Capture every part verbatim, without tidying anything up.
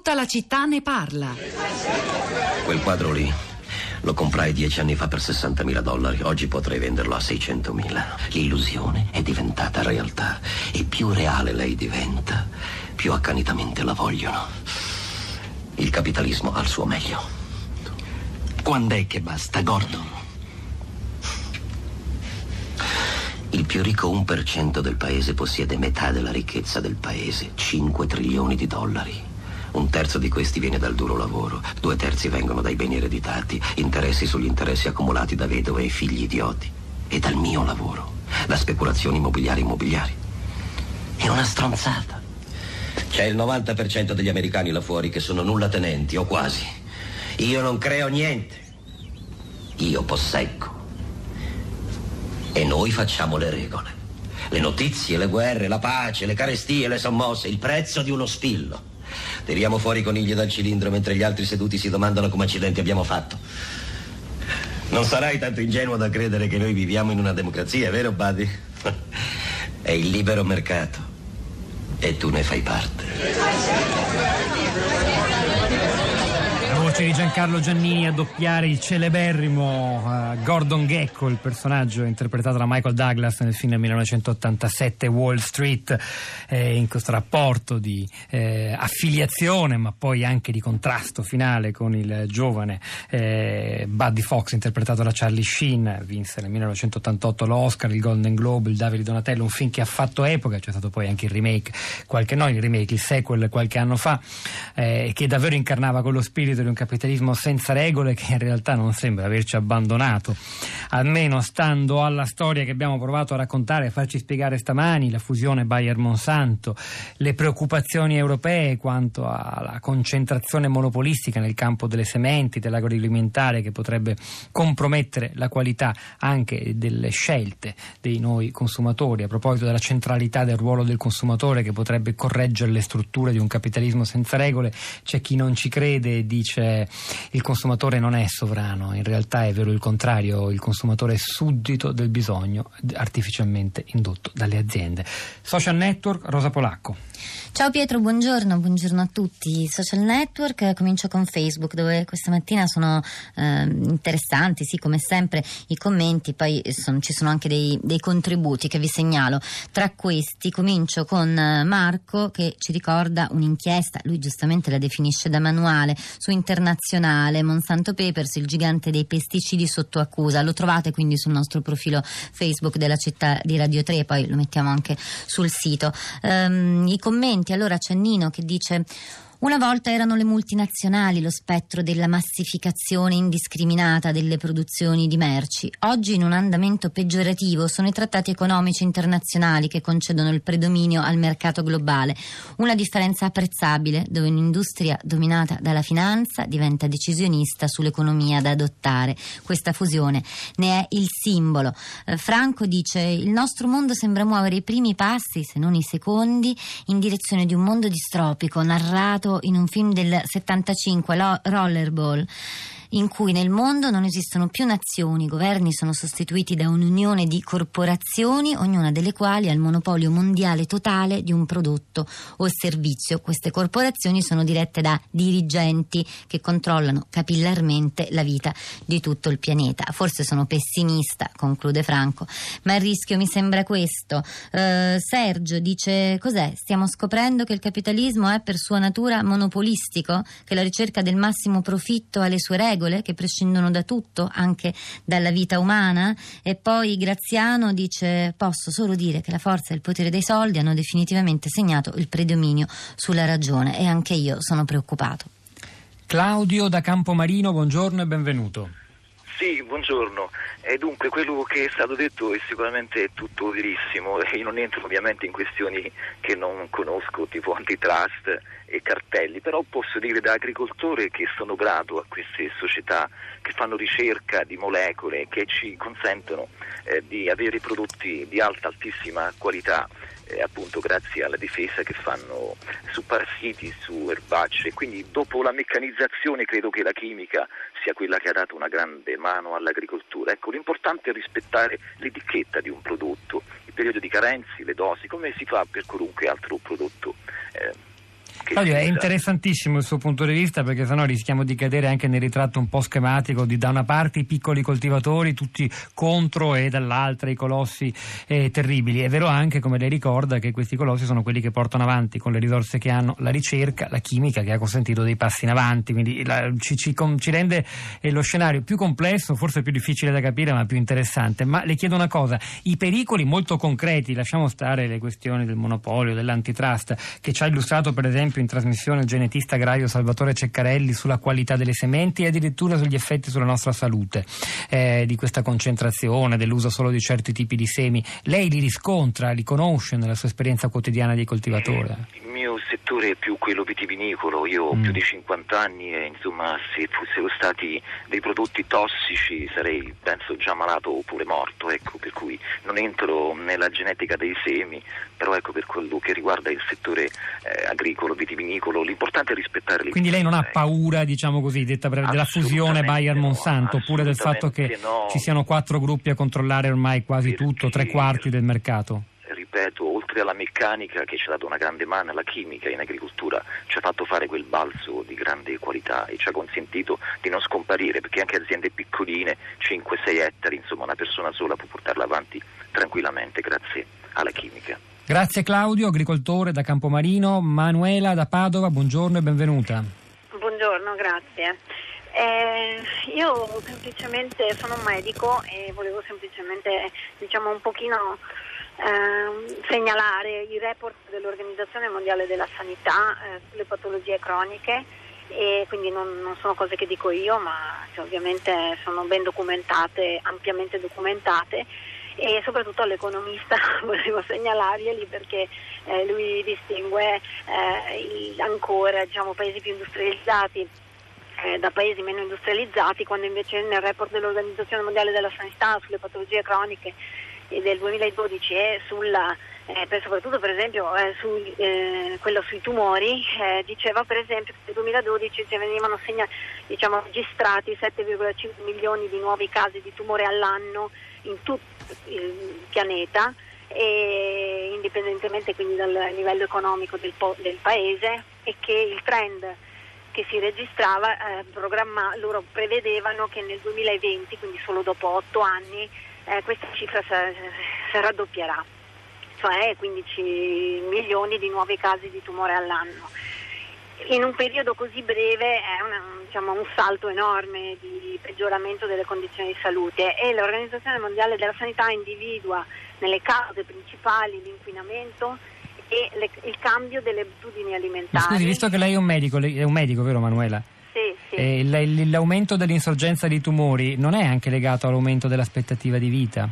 Tutta la città ne parla. Quel quadro lì lo comprai dieci anni fa per sessantamila dollari. Oggi potrei venderlo a seicentomila. L'illusione è diventata realtà. E più reale lei diventa, più accanitamente la vogliono. Il capitalismo ha il suo meglio. Quando è che basta, Gordon? Il più ricco uno per cento del paese possiede metà della ricchezza del paese, cinque trilioni di dollari. Un terzo di questi viene dal duro lavoro, due terzi vengono dai beni ereditati, interessi sugli interessi accumulati da vedove e figli idioti, e dal mio lavoro, da speculazioni immobiliari immobiliari. È una stronzata. C'è il novanta per cento degli americani là fuori che sono nulla tenenti, o quasi. Io non creo niente. Io posseggo. E noi facciamo le regole. Le notizie, le guerre, la pace, le carestie, le sommosse, il prezzo di uno spillo. Tiriamo fuori i conigli dal cilindro mentre gli altri seduti si domandano come accidenti abbiamo fatto. Non sarai tanto ingenuo da credere che noi viviamo in una democrazia, vero, Buddy? È il libero mercato e tu ne fai parte. Voce di Giancarlo Giannini a doppiare il celeberrimo uh, Gordon Gekko, il personaggio interpretato da Michael Douglas nel film del millenovecentottantasette Wall Street, eh, in questo rapporto di eh, affiliazione ma poi anche di contrasto finale con il giovane eh, Buddy Fox, interpretato da Charlie Sheen. Vinse nel millenovecentottantotto l'Oscar, il Golden Globe, il Davide Donatello, un film che ha fatto epoca. C'è stato poi anche il remake, qualche no il remake, il sequel qualche anno fa, eh, che davvero incarnava quello spirito di un capitalismo senza regole che in realtà non sembra averci abbandonato, almeno stando alla storia che abbiamo provato a raccontare e farci spiegare stamani, la fusione Bayer-Monsanto, le preoccupazioni europee quanto alla concentrazione monopolistica nel campo delle sementi, dell'agroalimentare, che potrebbe compromettere la qualità anche delle scelte dei noi consumatori, a proposito della centralità del ruolo del consumatore che potrebbe correggere le strutture di un capitalismo senza regole. C'è chi non ci crede e dice il consumatore non è sovrano. In realtà è vero il contrario, il consumatore è suddito del bisogno artificialmente indotto dalle aziende. Social Network, Rosa Polacco. Ciao Pietro, buongiorno, buongiorno a tutti. Social Network, comincio con Facebook, dove questa mattina sono eh, interessanti, sì, come sempre, i commenti, poi sono, ci sono anche dei, dei contributi che vi segnalo. Tra questi comincio con Marco, che ci ricorda un'inchiesta, lui giustamente la definisce da manuale, su Internazionale, Monsanto Papers, il gigante dei pesticidi sotto accusa. Lo trovate quindi sul nostro profilo Facebook della città di Radio tre, poi lo mettiamo anche sul sito. Um, I commenti, allora c'è Nino che dice: una volta erano le multinazionali lo spettro della massificazione indiscriminata delle produzioni di merci. Oggi, in un andamento peggiorativo, sono i trattati economici internazionali che concedono il predominio al mercato globale. Una differenza apprezzabile, dove un'industria dominata dalla finanza diventa decisionista sull'economia da adottare. Questa fusione ne è il simbolo. Eh, Franco dice: il nostro mondo sembra muovere i primi passi, se non i secondi, in direzione di un mondo distropico, narrato in un film del settantacinque, Rollerball, in cui nel mondo non esistono più nazioni, i governi sono sostituiti da un'unione di corporazioni, ognuna delle quali ha il monopolio mondiale totale di un prodotto o servizio. Queste corporazioni sono dirette da dirigenti che controllano capillarmente la vita di tutto il pianeta. Forse sono pessimista, conclude Franco, ma il rischio mi sembra questo. Uh, Sergio dice: cos'è? Stiamo scoprendo che il capitalismo è per sua natura monopolistico, che la ricerca del massimo profitto ha le sue regole, che prescindono da tutto, anche dalla vita umana. E poi Graziano dice: posso solo dire che la forza e il potere dei soldi hanno definitivamente segnato il predominio sulla ragione, e anche io sono preoccupato. Claudio da Campomarino, buongiorno e benvenuto. Sì, buongiorno. E dunque, quello che è stato detto è sicuramente tutto verissimo, e io non entro ovviamente in questioni che non conosco, tipo antitrust e cartelli, però posso dire da agricoltore che sono grato a queste società che fanno ricerca di molecole che ci consentono eh, di avere prodotti di alta, altissima qualità, eh, appunto grazie alla difesa che fanno su parassiti, su erbacce. Quindi dopo la meccanizzazione credo che la chimica sia quella che ha dato una grande mano all'agricoltura. Ecco, l'importante è rispettare l'etichetta di un prodotto, il periodo di carenze, le dosi, come si fa per qualunque altro prodotto. Eh, Claudio, è interessantissimo il suo punto di vista, perché sennò rischiamo di cadere anche nel ritratto un po' schematico di da una parte i piccoli coltivatori tutti contro e dall'altra i colossi eh, terribili. È vero anche, come lei ricorda, che questi colossi sono quelli che portano avanti con le risorse che hanno la ricerca, la chimica, che ha consentito dei passi in avanti, quindi la, ci, ci, ci rende eh, lo scenario più complesso, forse più difficile da capire ma più interessante. Ma le chiedo una cosa, i pericoli molto concreti, lasciamo stare le questioni del monopolio, dell'antitrust, che ci ha illustrato per esempio in trasmissione il genetista agrario Salvatore Ceccarelli sulla qualità delle sementi e addirittura sugli effetti sulla nostra salute eh, di questa concentrazione, dell'uso solo di certi tipi di semi. Lei li riscontra, li conosce nella sua esperienza quotidiana di coltivatore? Il mio settore è più quello vitivinicolo, io ho mm. più di cinquanta anni e insomma se fossero stati dei prodotti tossici sarei penso già malato oppure morto, ecco, per cui non entro nella genetica dei semi, però ecco, per quello che riguarda il settore eh, agricolo, vitivinicolo, l'importante è rispettare le Quindi lei non ha paura, diciamo così, detta breve, della fusione Bayer-Monsanto, no, oppure del fatto che no. ci siano quattro gruppi a controllare ormai quasi Perché, tutto, tre quarti del mercato? Ripeto, oltre alla meccanica che ci ha dato una grande mano, la chimica in agricoltura ci ha fatto fare quel balzo di grande qualità e ci ha consentito di non scomparire, perché anche aziende piccoline, cinque sei ettari, insomma una persona sola può portarla avanti tranquillamente grazie alla chimica. Grazie Claudio, agricoltore da Campomarino. Manuela da Padova, buongiorno e benvenuta. Buongiorno, grazie. Eh, io semplicemente sono un medico e volevo semplicemente diciamo un pochino eh, segnalare i report dell'Organizzazione Mondiale della Sanità eh, sulle patologie croniche, e quindi non, non sono cose che dico io, ma cioè, ovviamente sono ben documentate, ampiamente documentate, e soprattutto all'economista volevo segnalarglieli perché eh, lui distingue eh, il, ancora diciamo paesi più industrializzati eh, da paesi meno industrializzati, quando invece nel report dell'Organizzazione Mondiale della Sanità sulle patologie croniche eh, del duemiladodici e sulla eh, per, soprattutto per esempio eh, su, eh, quello sui tumori eh, diceva per esempio che nel duemiladodici ci venivano segna, diciamo, registrati sette virgola cinque milioni di nuovi casi di tumore all'anno in tutto il pianeta, e indipendentemente quindi dal livello economico del, po- del paese, e che il trend che si registrava eh, programma, loro prevedevano che nel duemilaventi, quindi solo dopo otto anni, eh, questa cifra si raddoppierà, cioè quindici milioni di nuovi casi di tumore all'anno. In un periodo così breve è una, diciamo, un salto enorme di peggioramento delle condizioni di salute, e l'Organizzazione Mondiale della Sanità individua nelle cause principali l'inquinamento e le, il cambio delle abitudini alimentari. Scusi, visto che lei è un medico, lei è un medico, vero Manuela? Sì, sì. E l'aumento dell'insorgenza di tumori non è anche legato all'aumento dell'aspettativa di vita?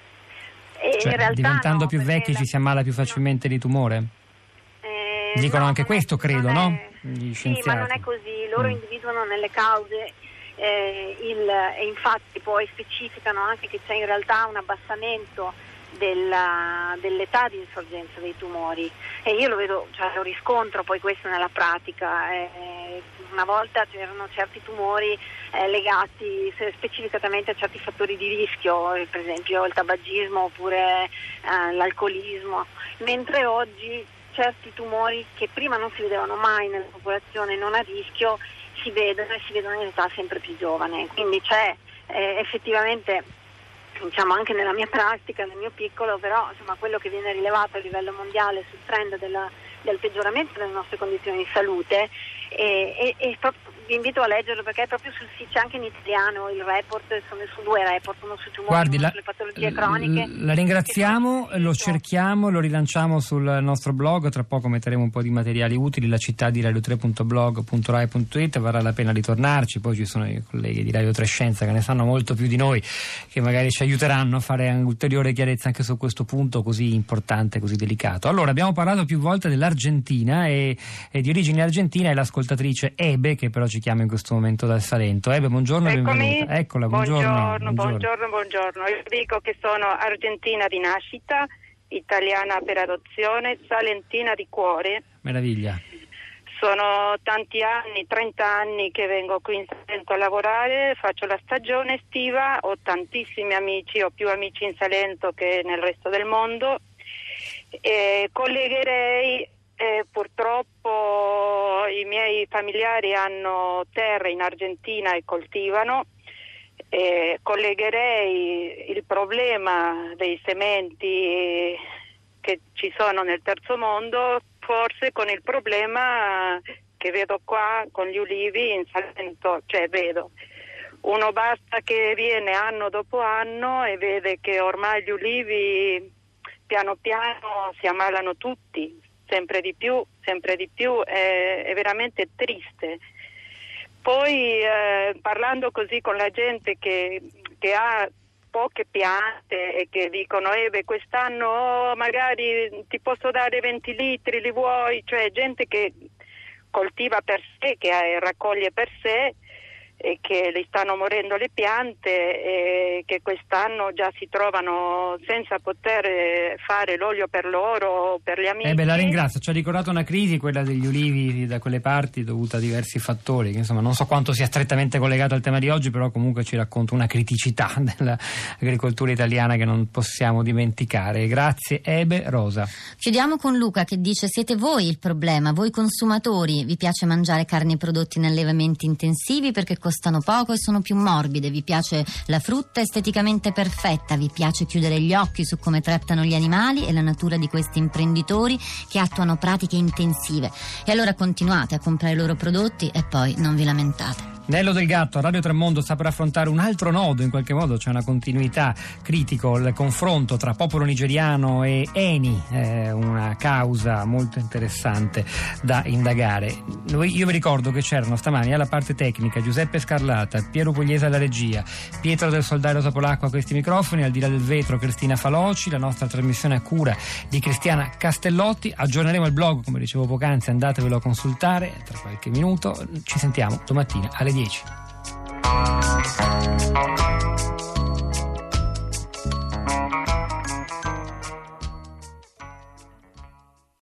E cioè, in realtà diventando no, più vecchi la... ci si ammala più facilmente no. di tumore? Eh, Dicono no, anche questo, è, credo, è, no? Gli Sì, ma non è così. Loro mm. individuano nelle cause eh, il, e infatti poi specificano anche che c'è in realtà un abbassamento della, dell'età di insorgenza dei tumori, e io lo vedo, cioè lo riscontro poi questo nella pratica. Eh, una volta c'erano certi tumori eh, legati specificatamente a certi fattori di rischio, eh, per esempio il tabagismo oppure eh, l'alcolismo, mentre oggi certi tumori che prima non si vedevano mai nella popolazione non a rischio si vedono e si vedono in età sempre più giovane, quindi c'è eh, effettivamente, diciamo, anche nella mia pratica, nel mio piccolo, però insomma quello che viene rilevato a livello mondiale sul trend della, del peggioramento delle nostre condizioni di salute, e, e, e proprio, vi invito a leggerlo perché è proprio sul c'è anche in italiano il report, sono su due report, uno sui tumori, Guardi, uno la, sulle patologie croniche. La ringraziamo, lo cerchiamo, lo rilanciamo sul nostro blog, tra poco metteremo un po' di materiali utili, la città di radio tre punto blog punto rai punto it, varrà la pena ritornarci, poi ci sono i colleghi di Radio tre Scienza che ne sanno molto più di noi, che magari ci aiuteranno a fare ulteriore chiarezza anche su questo punto così importante, così delicato. Allora, abbiamo parlato più volte dell'Argentina e, e di origine argentina, è l'ascoltatrice Ebe, che però ci chiama in questo momento dal Salento. Ebe, buongiorno e benvenuta. Eccola, buongiorno. Buongiorno, buongiorno, buongiorno. Io dico che sono argentina di nascita, italiana per adozione, salentina di cuore. Meraviglia. Sono tanti anni, trenta anni che vengo qui in Salento a lavorare, faccio la stagione estiva, ho tantissimi amici, ho più amici in Salento che nel resto del mondo. E collegherei e purtroppo i miei familiari hanno terre in Argentina e coltivano. E collegherei il problema dei sementi che ci sono nel terzo mondo forse con il problema che vedo qua con gli ulivi in Salento, cioè vedo uno basta che viene anno dopo anno e vede che ormai gli ulivi piano piano si ammalano tutti, sempre di più, sempre di più, è, è veramente triste. Poi eh, parlando così con la gente che, che ha poche piante e che dicono eh beh, quest'anno oh, magari ti posso dare venti litri, li vuoi? Cioè gente che coltiva per sé, che eh, raccoglie per sé e che le stanno morendo le piante e che quest'anno già si trovano senza poter fare l'olio per loro o per gli amici. Eh beh, la ringrazio, ci ha ricordato una crisi, quella degli ulivi da quelle parti, dovuta a diversi fattori, che insomma non so quanto sia strettamente collegato al tema di oggi, però comunque ci racconta una criticità dell'agricoltura italiana che non possiamo dimenticare. Grazie Ebe. Rosa. Chiudiamo con Luca che dice: siete voi il problema, voi consumatori, vi piace mangiare carni prodotti in allevamenti intensivi perché costano poco e sono più morbide, vi piace la frutta esteticamente perfetta, vi piace chiudere gli occhi su come trattano gli animali e la natura di questi imprenditori che attuano pratiche intensive, e allora continuate a comprare i loro prodotti e poi non vi lamentate. Nello del Gatto, Radio Tremondo sta per affrontare un altro nodo, in qualche modo c'è una continuità, critico il confronto tra popolo nigeriano e Eni, eh, una causa molto interessante da indagare. Io vi ricordo che c'erano stamani alla parte tecnica Giuseppe Scarlata, Piero Pugliese alla regia, Pietro del Soldario Topolacco a questi microfoni, al di là del vetro Cristina Faloci, la nostra trasmissione a cura di Cristiana Castellotti. Aggiorneremo il blog, come dicevo poc'anzi, andatevelo a consultare tra qualche minuto. Ci sentiamo domattina alle dieci.